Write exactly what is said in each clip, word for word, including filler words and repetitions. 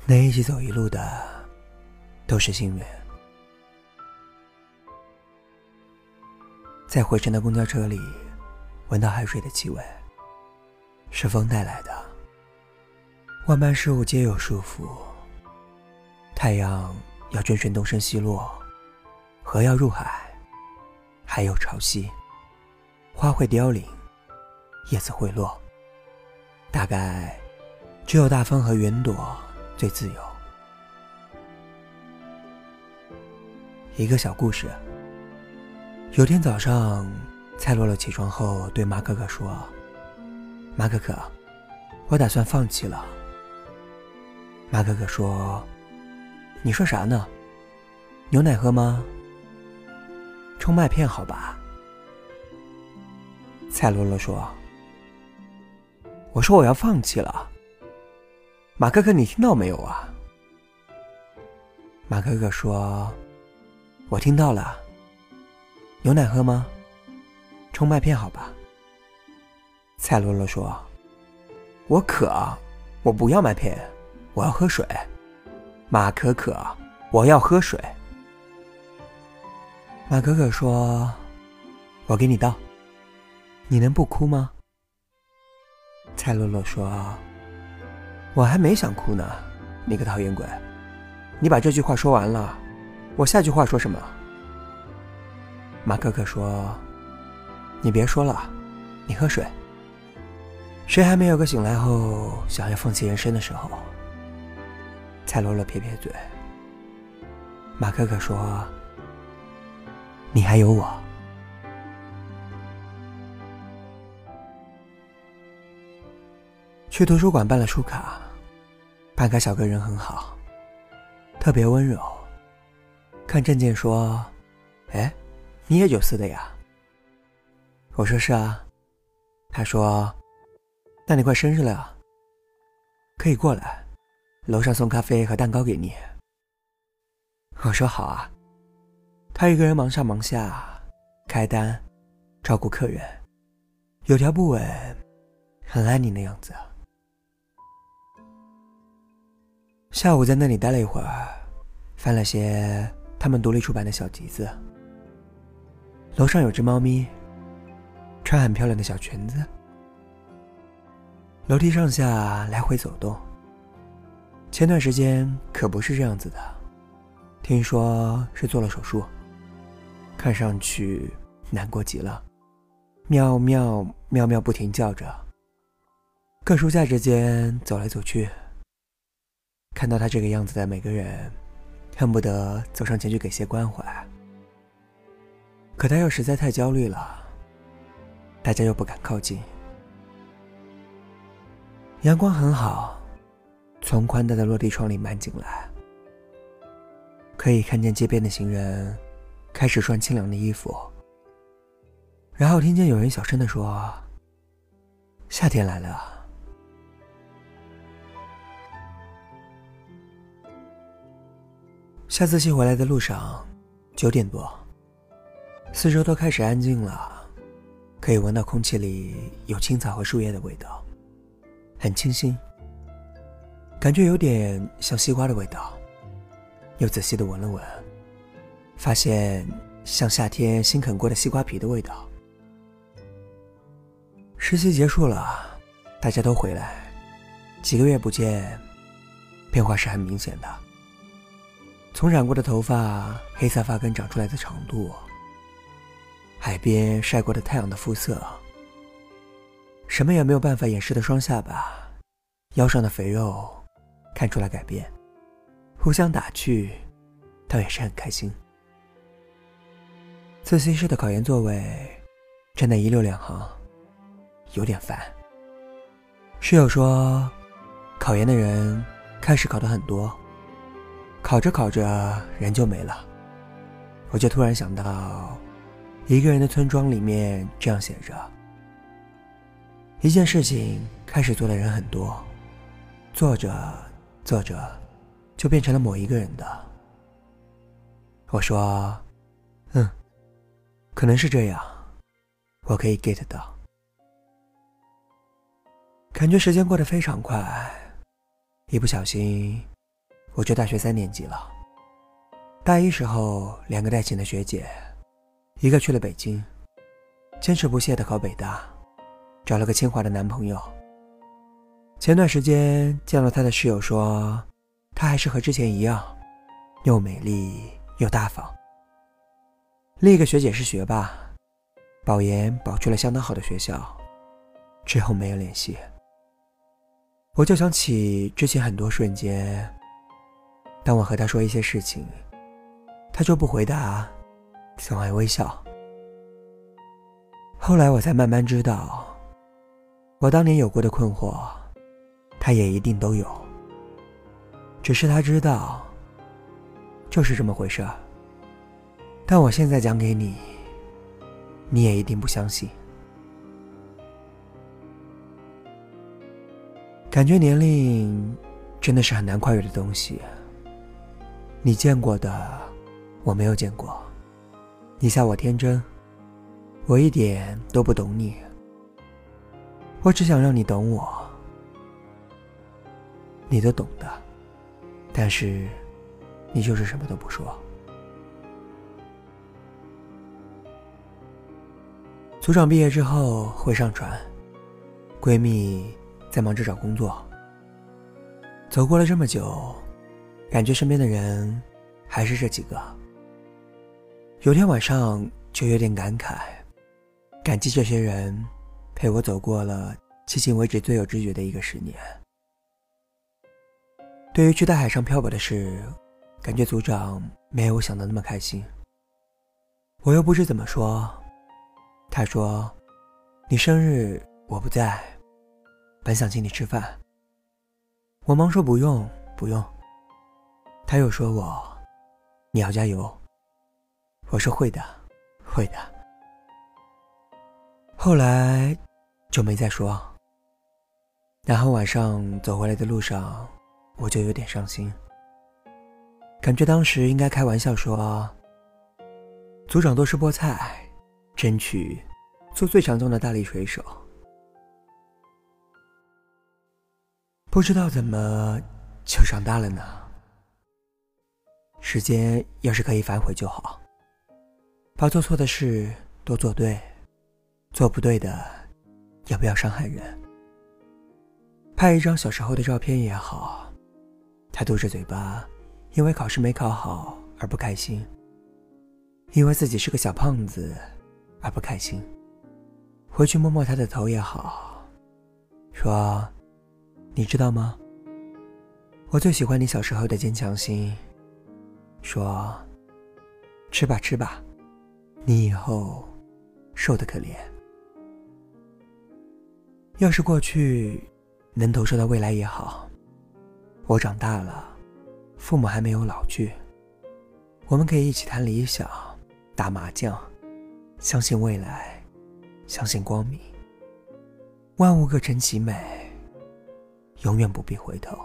能一起走一路的都是幸运。在回程的公交车里，闻到海水的气味，是风带来的。万般事物皆有束缚，太阳要追寻东升西落，河要入海，还有潮汐，花会凋零，叶子会落，大概只有大风和云朵最自由。一个小故事。有天早上，蔡洛洛起床后对马可可说：马可可，我打算放弃了。马可可说：你说啥呢？牛奶喝吗？冲麦片好吧。蔡洛洛说：我说我要放弃了。马可可，你听到没有啊？马可可说：我听到了。牛奶喝吗？冲麦片好吧。蔡洛洛说：我渴，我不要麦片，我要喝水。马可可，我要喝水。马可可说：我给你倒。你能不哭吗？蔡洛洛说：我还没想哭呢，你个讨厌鬼，你把这句话说完了，我下句话说什么？马可可说：你别说了，你喝水。谁还没有个醒来后想要放弃人生的时候？蔡洛洛撇撇嘴。马可可说：你还有我。去图书馆办了书卡，办卡小哥人很好，特别温柔。看证件说：哎，你也九四的呀？我说是啊。他说：那你快生日了，可以过来，楼上送咖啡和蛋糕给你。我说好啊。他一个人忙上忙下，开单，照顾客人，有条不紊，很安宁的样子。下午在那里待了一会儿，翻了些他们独立出版的小集子。楼上有只猫咪，穿很漂亮的小裙子，楼梯上下来回走动。前段时间可不是这样子的，听说是做了手术，看上去难过极了，喵喵喵喵不停叫着，各书架之间走来走去。看到他这个样子的每个人恨不得走上前去给些关怀，可他又实在太焦虑了，大家又不敢靠近。阳光很好，从宽大的落地窗里漫进来，可以看见街边的行人开始穿清凉的衣服，然后听见有人小声地说：夏天来了。下自习回来的路上，九点多，四周都开始安静了，可以闻到空气里有青草和树叶的味道，很清新，感觉有点像西瓜的味道。又仔细地闻了闻，发现像夏天新啃过的西瓜皮的味道。实习结束了，大家都回来，几个月不见，变化是很明显的。从染过的头发，黑色发根长出来的长度，海边晒过的太阳的肤色，什么也没有办法掩饰的双下巴，腰上的肥肉看出来改变，互相打趣，倒也是很开心。自习室的考研座位站在一溜两行，有点烦。室友说，考研的人开始考得很多，考着考着人就没了。我就突然想到，一个人的村庄里面这样写着：一件事情开始做的人很多，做着做着就变成了某一个人的。我说，嗯，可能是这样，我可以 get 到。感觉时间过得非常快，一不小心我就大学三年级了。大一时候，两个带情的学姐，一个去了北京，坚持不懈地考北大，找了个清华的男朋友。前段时间见了她的室友说，她还是和之前一样，又美丽又大方。另一个学姐是学霸，保研保去了相当好的学校，之后没有联系。我就想起之前很多瞬间，当我和她说一些事情，她就不回答，总爱微笑。后来我才慢慢知道，我当年有过的困惑，她也一定都有，只是她知道就是这么回事儿，但我现在讲给你，你也一定不相信。感觉年龄真的是很难跨越的东西，你见过的我没有见过，你笑我天真，我一点都不懂你，我只想让你懂我，你都懂的，但是你就是什么都不说。组长毕业之后会上船，闺蜜在忙着找工作。走过了这么久，感觉身边的人还是这几个。有天晚上就有点感慨，感激这些人陪我走过了迄今为止最有知觉的一个十年。对于去大海上漂泊的事，感觉组长没有我想的那么开心。我又不知怎么说，他说，你生日我不在，本想请你吃饭。我忙说不用不用，他又说我，你要加油。我说会的会的。后来就没再说。然后晚上走回来的路上，我就有点伤心，感觉当时应该开玩笑说，组长多吃菠菜，争取做最强壮的大力水手。不知道怎么就长大了呢？时间要是可以反悔就好，把做错的事都做对，做不对的要不要伤害人。拍一张小时候的照片也好，他嘟着嘴巴，因为考试没考好而不开心，因为自己是个小胖子而不开心。回去摸摸他的头也好，说，你知道吗？我最喜欢你小时候的坚强心。说，吃吧吃吧，你以后瘦得可怜。要是过去能投射到未来也好，我长大了，父母还没有老去，我们可以一起谈理想，打麻将，相信未来，相信光明，万物各成其美，永远不必回头。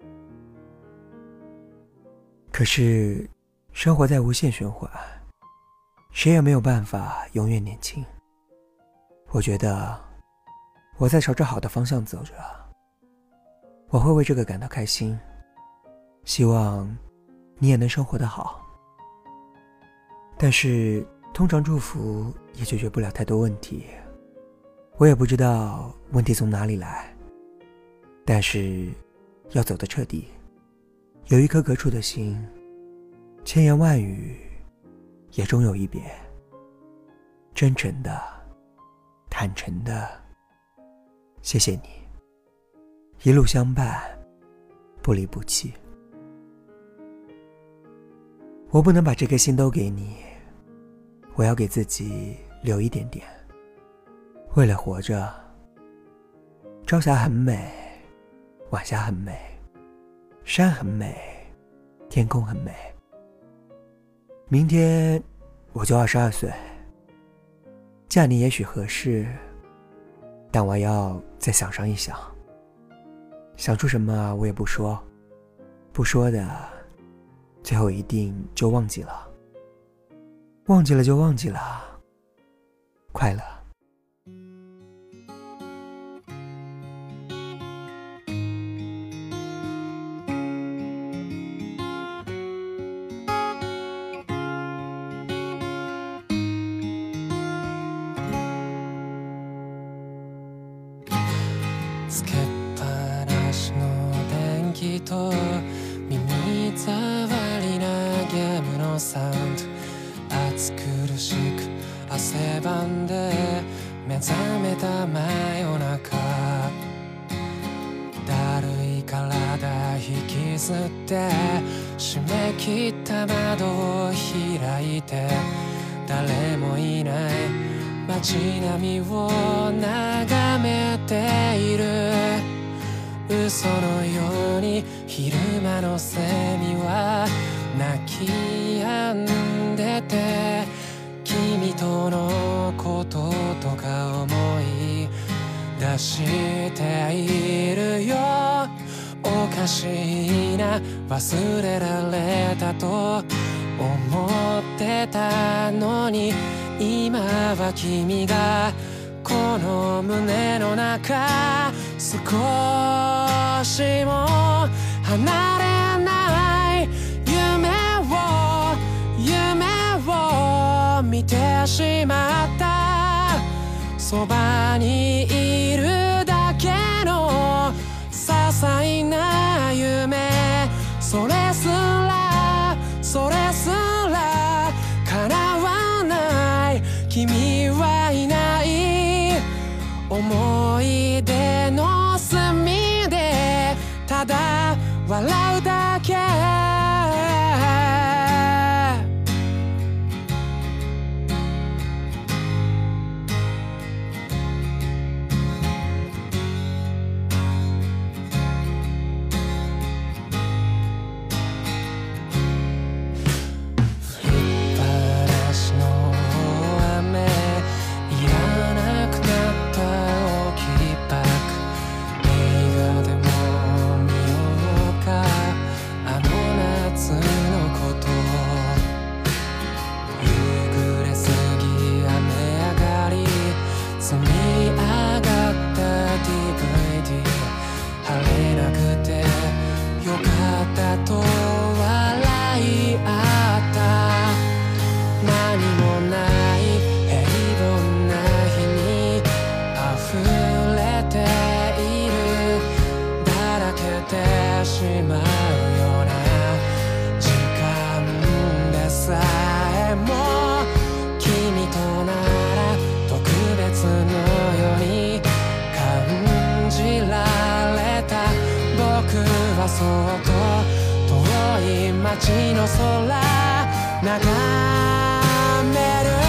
可是生活在无限循环，谁也没有办法永远年轻。我觉得我在朝着好的方向走着，我会为这个感到开心，希望你也能生活得好。但是通常祝福也解决不了太多问题，我也不知道问题从哪里来，但是要走得彻底，有一颗隔处的心，千言万语也终有一别。真诚的，坦诚的，谢谢你，一路相伴，不离不弃。我不能把这颗心都给你，我要给自己留一点点。为了活着，朝霞很美，晚霞很美，山很美，天空很美。明天我就二十二岁，嫁你也许合适，但我要再想上一想，想出什么我也不说，不说的最后一定就忘记了，忘记了就忘记了，快乐。 りと耳障りなゲームのサウンド、暑苦しく汗ばんで目覚めた真夜中、だるい体引きずって閉め切った窓を開いて、誰もいない街並みを眺めている。嘘のように昼間のセミは泣き止んでて、君とのこととか思い出しているよ。おかしいな、忘れられたと思ってたのに、今は君がこの胸の中、少しも離れない夢を夢を見てしまった。そばにいるだけの些細な夢、それすらそれすら叶わない。君はいない、思い出の隅でただ笑うだけ。そっと遠い街の空眺める。